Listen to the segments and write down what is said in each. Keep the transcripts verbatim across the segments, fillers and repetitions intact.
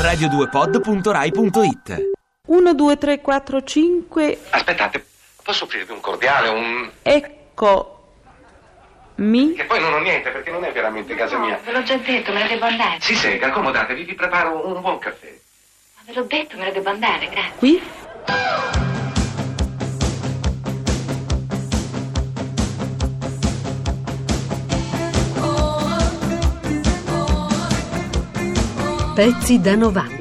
radio due pod punto rai punto it. uno, due, tre, quattro, cinque. Aspettate, posso offrirvi un cordiale, un... Ecco. Mi? Che poi non ho niente, perché non è veramente casa no, mia. Ve l'ho già detto, me ne devo andare. Si sega, accomodatevi, vi preparo un buon caffè. Ma ve l'ho detto, me ne devo andare, grazie. Qui? Pezzi da novanta.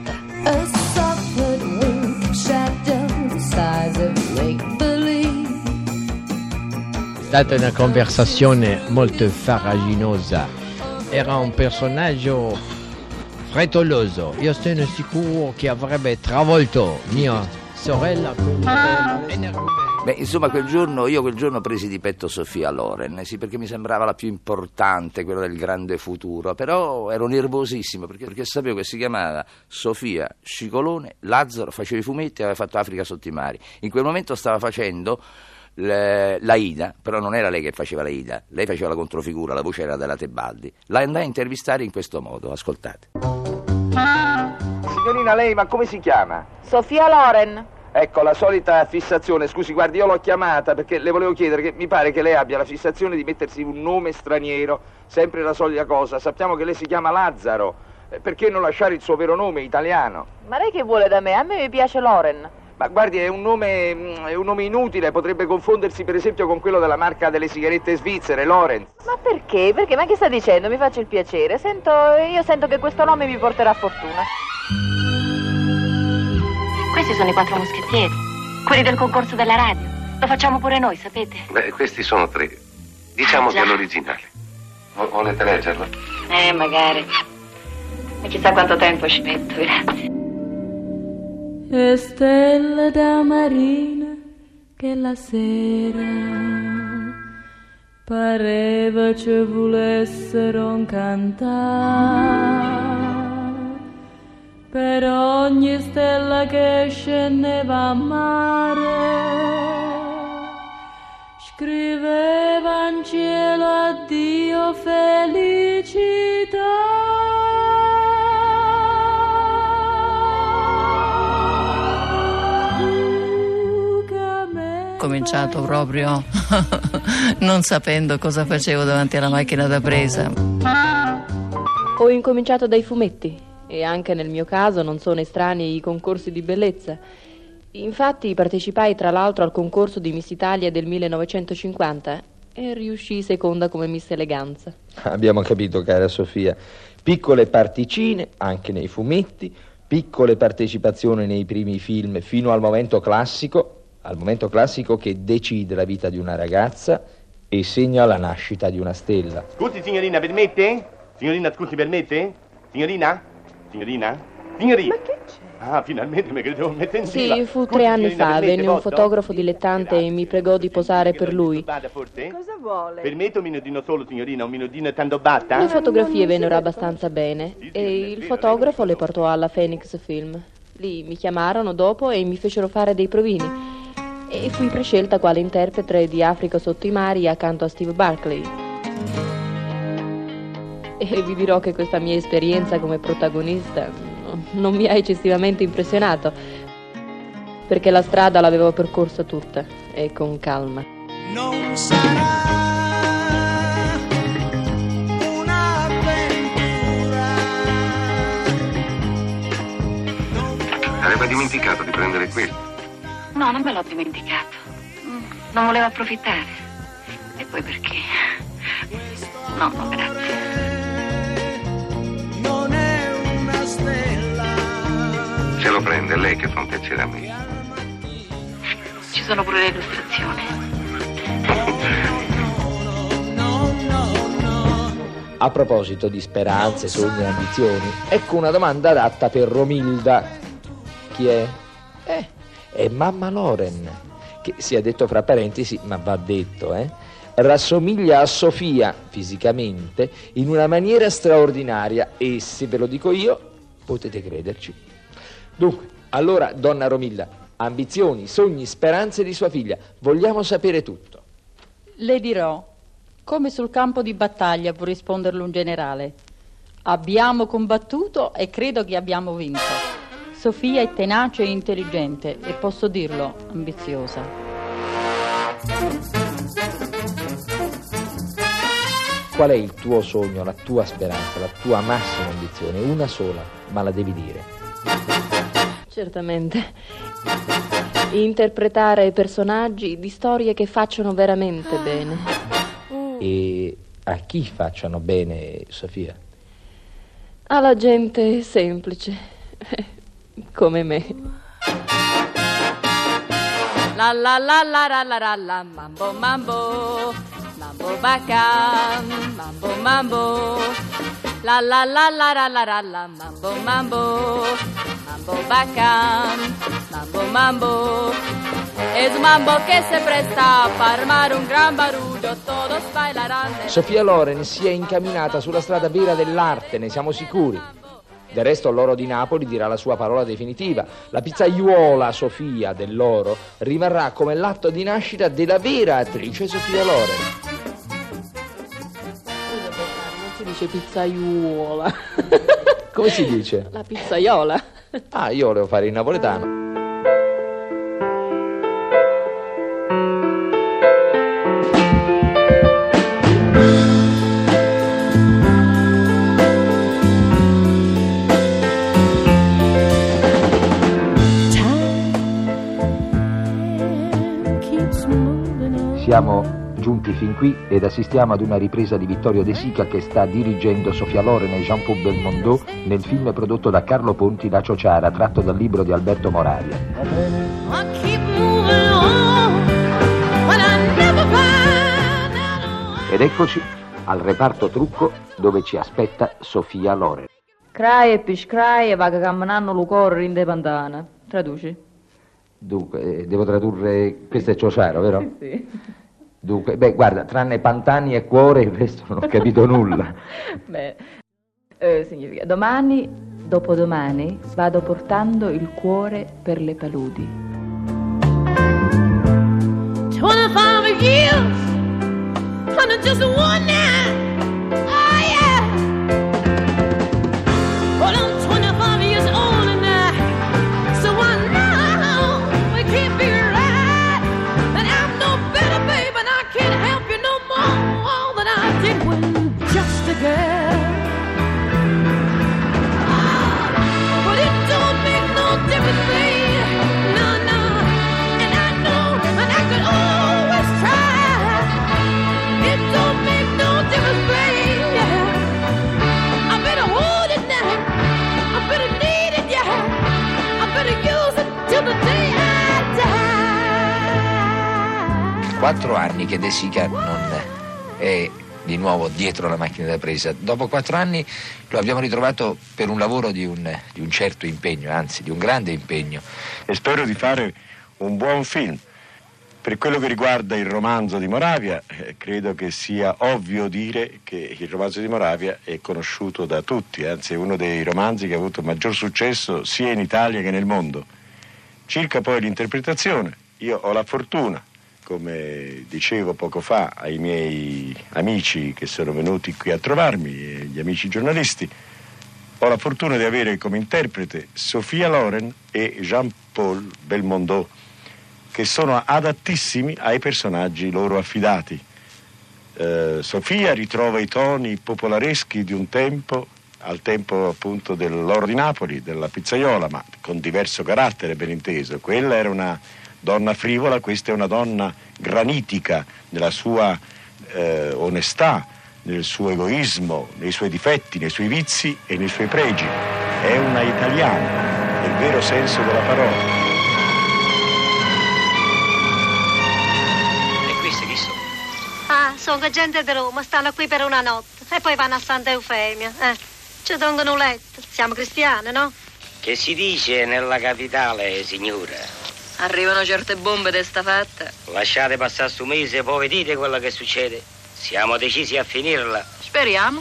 È stata una conversazione molto farraginosa. Era un personaggio frettoloso. Io sono sicuro che avrebbe travolto mia sorella con Beh, insomma, quel giorno, io quel giorno presi di petto Sofia Loren, sì, perché mi sembrava la più importante, quella del grande futuro, però ero nervosissimo, perché, perché sapevo che si chiamava Sofia Scicolone, Lazzaro, faceva i fumetti e aveva fatto Africa sotto i mari. In quel momento stava facendo le, la Ida, però non era lei che faceva la Ida, lei faceva la controfigura, la voce era della Tebaldi. La andai a intervistare in questo modo, ascoltate. Signorina, lei, ma come si chiama? Sofia Loren. Ecco, la solita fissazione. Scusi, guardi, io l'ho chiamata perché le volevo chiedere, che mi pare che lei abbia la fissazione di mettersi un nome straniero, sempre la solita cosa. Sappiamo che lei si chiama Lazzaro, perché non lasciare il suo vero nome italiano? Ma lei che vuole da me? A me mi piace Loren. Ma guardi, è un nome è un nome inutile, potrebbe confondersi per esempio con quello della marca delle sigarette svizzere, Lorenz. Ma perché? Perché? Ma che sta dicendo? Mi faccia il piacere. Sento, io sento che questo nome mi porterà fortuna. Questi sono i quattro moschettieri, quelli del concorso della radio. Lo facciamo pure noi, sapete? Beh, questi sono tre. Diciamo Ah, che è già. l'originale. Vo- volete leggerlo? Eh, magari. Ma chissà quanto tempo ci metto, grazie. E stelle da marina che la sera pareva ci volessero cantare. Per ogni stella che scendeva a mare scriveva in cielo addio felicità. Tu che a me Cominciato proprio non sapendo cosa facevo davanti alla macchina da presa. Ho incominciato dai fumetti. E anche nel mio caso non sono estranei i concorsi di bellezza. Infatti partecipai tra l'altro al concorso di Miss Italia del millenovecentocinquanta e riuscii seconda come Miss Eleganza. Abbiamo capito, cara Sofia. Piccole particine anche nei fumetti, piccole partecipazioni nei primi film fino al momento classico, al momento classico che decide la vita di una ragazza e segna la nascita di una stella. Scusi signorina, permette? Signorina, scusi, permette? Signorina? Signorina? Signorina? Ma che c'è? Ah, finalmente mi credevo mettere in fila. Sì, fu Scusi, tre anni signorina, fa, permette, venne un posso? fotografo dilettante e mi pregò di posare per lui. Vada, forse? Cosa vuole? Permette un minutino solo, signorina, un minutino tanto batta? Le fotografie vennero abbastanza bene e il fotografo le portò alla Phoenix Film. Lì mi chiamarono dopo e mi fecero fare dei provini e fui prescelta quale interprete di Africa sotto i mari accanto a Steve Barclay. E vi dirò che questa mia esperienza come protagonista no, non mi ha eccessivamente impressionato, perché la strada l'avevo percorsa tutta e con calma. Non sarà un'avventura. Aveva dimenticato di prendere quello. No, non me l'ho dimenticato. Non volevo approfittare. E poi perché? No, no, grazie. Non è una stella. Se lo prende, è lei che fronteggerà me. Ci sono pure le illustrazioni. A proposito di speranze, sogni e ambizioni, ecco una domanda adatta per Romilda. Chi è? Eh, è mamma Loren, che sia detto fra parentesi, ma va detto, eh? Rassomiglia a Sofia fisicamente in una maniera straordinaria e, se ve lo dico io, potete crederci. Dunque, allora, donna Romilda, ambizioni, sogni, speranze di sua figlia, vogliamo sapere tutto. Le dirò, come sul campo di battaglia, può risponderle un generale. Abbiamo combattuto e credo che abbiamo vinto. Sofia è tenace e intelligente e, posso dirlo, ambiziosa. Qual è il tuo sogno, la tua speranza, la tua massima ambizione? Una sola, ma la devi dire. Certamente. Interpretare personaggi di storie che facciano veramente bene. E a chi facciano bene, Sofia? Alla gente semplice, come me. La la la la la la la la, mambo mambo, mambo bacán, mambo mambo. La la la la la la la la, mambo mambo, mambo bacán, mambo mambo. Es un mambo che se presta a farmare un gran barullo, todos bailarán. Sofia Loren si è incamminata sulla strada vera dell'arte, ne siamo sicuri. Del resto l'Oro di Napoli dirà la sua parola definitiva. La pizzaiuola Sofia dell'Oro rimarrà come l'atto di nascita della vera attrice Sofia Loren. Non si dice pizzaiuola. Come si dice? La pizzaiola. Ah, io volevo fare il napoletano. Siamo giunti fin qui ed assistiamo ad una ripresa di Vittorio De Sica che sta dirigendo Sofia Loren e Jean-Paul Belmondo nel film prodotto da Carlo Ponti, La Ciociara, tratto dal libro di Alberto Moravia. Ed eccoci al reparto trucco dove ci aspetta Sofia Loren. Crai e piscrai e va che camminano lo corro in de pantana. Traduci? Dunque, eh, devo tradurre, questo è Ciociaro, vero? Sì. Dunque, beh, guarda, tranne Pantani e cuore, il resto non ho capito nulla. Beh, eh, significa domani, dopodomani, vado portando il cuore per le paludi. twenty-five years, under just one night. Oh yeah. Well, I'm twenty-five years old now, so I know it can't be right. And I'm no better, babe, and I can't help you no more than I did when just a girl. But it don't make no difference, babe. No, no. And I know, and I could always try. It don't make no difference, babe. Yeah. I better hold it now. I better need it, yeah. I better use it till the day I die. Quattro anni che De Sica non è di nuovo dietro la macchina da presa. Dopo quattro anni lo abbiamo ritrovato per un lavoro di un, di un certo impegno, anzi di un grande impegno. E spero di fare un buon film. Per quello che riguarda il romanzo di Moravia, eh, credo che sia ovvio dire che il romanzo di Moravia è conosciuto da tutti, anzi è uno dei romanzi che ha avuto maggior successo sia in Italia che nel mondo. Circa poi l'interpretazione, io ho la fortuna, come dicevo poco fa ai miei amici che sono venuti qui a trovarmi, gli amici giornalisti, ho la fortuna di avere come interprete Sofia Loren e Jean-Paul Belmondo, che sono adattissimi ai personaggi loro affidati. Eh, Sofia ritrova i toni popolareschi di un tempo, al tempo appunto dell'Oro di Napoli, della pizzaiola, ma con diverso carattere, ben inteso. Quella era una donna frivola, questa è una donna granitica nella sua eh, onestà, nel suo egoismo, nei suoi difetti, nei suoi vizi e nei suoi pregi. È una italiana, nel vero senso della parola. E questi chi sono? Ah, sono gente di Roma, stanno qui per una notte e poi vanno a Santa Eufemia. Eh, ci tengono un letto, siamo cristiani, no? Che si dice nella capitale, signora? Arrivano certe bombe di sta fatta. Lasciate passare sto mese e poi vedete quello che succede. Siamo decisi a finirla. Speriamo.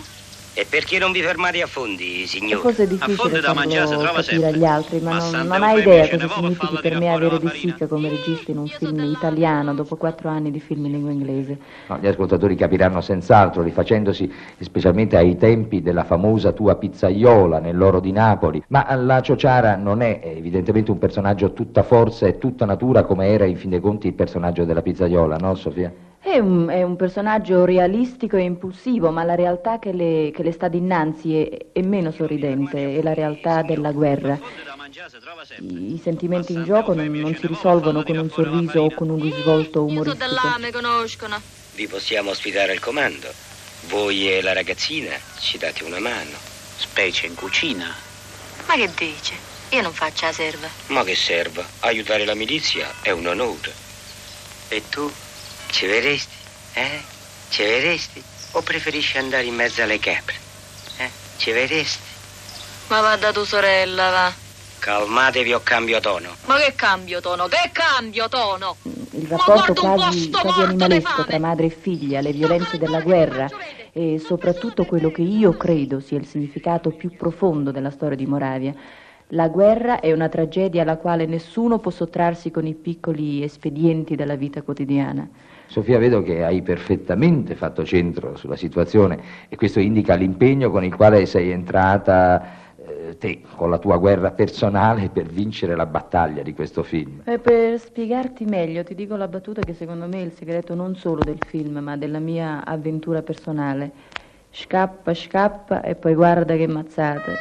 E perché non vi fermate a Fondi, signor? Forse è difficile farlo capire agli altri, ma non, non hai idea cosa significhi per me avere De Sica come regista in un film italiano dopo quattro anni di film in lingua inglese. No, gli ascoltatori capiranno senz'altro, rifacendosi specialmente ai tempi della famosa tua pizzaiola nell'Oro di Napoli, ma la Ciociara non è evidentemente un personaggio tutta forza e tutta natura come era in fin dei conti il personaggio della pizzaiola, no Sofia? È un, è un personaggio realistico e impulsivo, ma la realtà che le, che le sta dinanzi è, è meno sorridente, è la realtà della guerra. I, i sentimenti in gioco non, non si risolvono con un sorriso o con un risvolto umoristico. Io so dell'A, mi conoscono. Vi possiamo ospitare al comando. Voi e la ragazzina ci date una mano. Specie in cucina. Ma che dice? Io non faccio la serva. Ma che serva? Aiutare la milizia è un onore. E tu? Ci verresti? Eh? Ci verresti? O preferisci andare in mezzo alle capre? Eh? Ci verresti? Ma va da tua sorella, va. Calmatevi o cambio tono. Ma che cambio tono? Che cambio tono? Il rapporto quasi, quasi animalesco tra madre e figlia, le violenze della guerra e soprattutto quello che io credo sia il significato più profondo della storia di Moravia. La guerra è una tragedia alla quale nessuno può sottrarsi con i piccoli espedienti della vita quotidiana. Sofia, vedo che hai perfettamente fatto centro sulla situazione e questo indica l'impegno con il quale sei entrata eh, te, con la tua guerra personale per vincere la battaglia di questo film. E per spiegarti meglio ti dico la battuta che secondo me è il segreto non solo del film ma della mia avventura personale. Scappa, scappa e poi guarda che mazzate.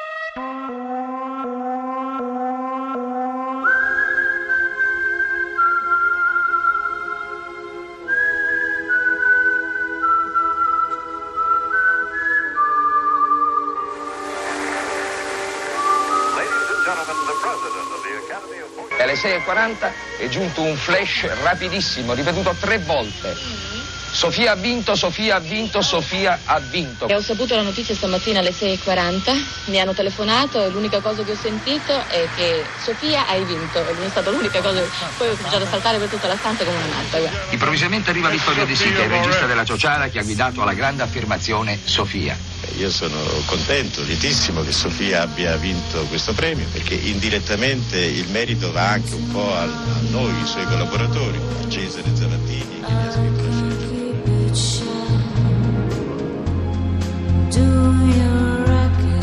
Alle sei e quaranta è giunto un flash rapidissimo, ripetuto tre volte. Sofia ha vinto, Sofia ha vinto, Sofia ha vinto. E ho saputo la notizia stamattina alle sei e quaranta, mi hanno telefonato e l'unica cosa che ho sentito è che Sofia hai vinto. È stata l'unica cosa, poi ho cominciato a saltare per tutta la stanza come una matta. Improvvisamente arriva Vittorio De Sica, il regista della Ciociara che ha guidato alla grande affermazione Sofia. Io sono contento, lietissimo che Sofia abbia vinto questo premio perché indirettamente il merito va anche un po' a, a noi, i suoi collaboratori, a Cesare Zavattini che gli ha scritto la scelta. Do you recognize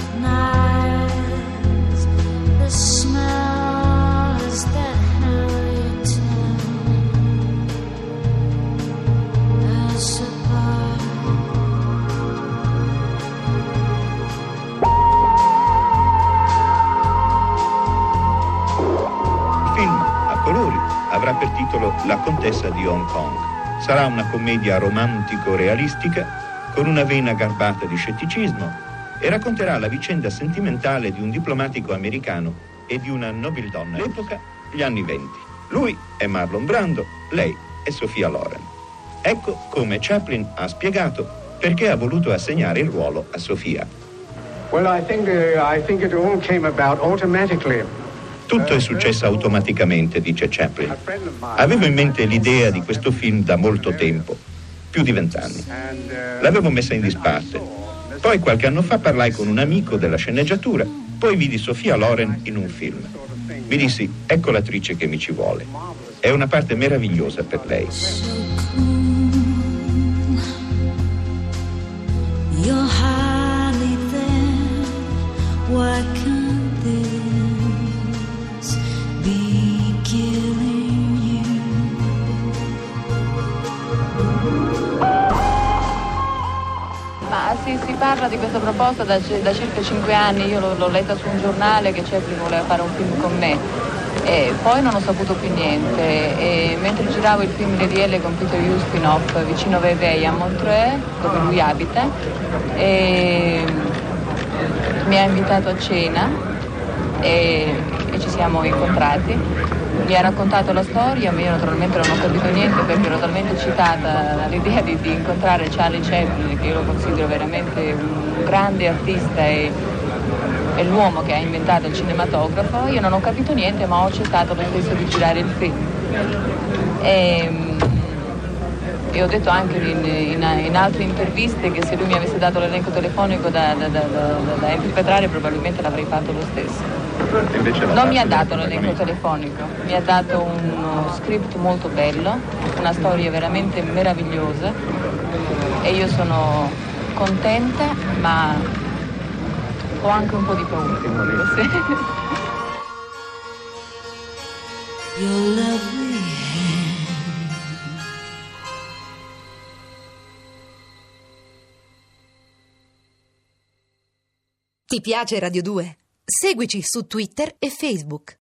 the smell is that Harriet as a Il film, a colori, avrà per titolo La contessa di Hong Kong. Sarà una commedia romantico-realistica con una vena garbata di scetticismo e racconterà la vicenda sentimentale di un diplomatico americano e di una nobildonna. L'epoca, gli anni venti. Lui è Marlon Brando, lei è Sophia Loren. Ecco come Chaplin ha spiegato perché ha voluto assegnare il ruolo a Sofia. Well, I think, uh, I think it all came about automatically. Tutto è successo automaticamente, dice Chaplin. Avevo in mente l'idea di questo film da molto tempo, più di vent'anni. L'avevo messa in disparte. Poi qualche anno fa parlai con un amico della sceneggiatura, poi vidi Sophia Loren in un film. Mi dissi, ecco l'attrice che mi ci vuole. È una parte meravigliosa per lei. You're hardly there. Why can't this be killing you? Ma sì, si parla di questa proposta da, da circa cinque anni. Io l'ho, l'ho letta su un giornale che Chaplin voleva fare un film con me. E poi non ho saputo più niente e mentre giravo il film Le Riele con Peter Ustinov vicino a Vevey a Montreux, dove lui abita, e mi ha invitato a cena e, e ci siamo incontrati. Mi ha raccontato la storia, ma io naturalmente non ho capito niente perché ero talmente eccitata dall'idea di, di incontrare Charlie Chaplin, che io lo considero veramente un grande artista e è l'uomo che ha inventato il cinematografo. Io non ho capito niente, ma ho accettato lo stesso di girare il film. E, E ho detto anche in, in, in altre interviste che se lui mi avesse dato l'elenco telefonico da, da, da, da, da interpretare probabilmente l'avrei fatto lo stesso. Non mi ha dato l'elenco telefonico, mi ha dato uno script molto bello, una storia veramente meravigliosa e io sono contenta, ma ho anche un po' di paura. Sì. Your lovely hand. Ti piace Radio due? Seguici su Twitter e Facebook.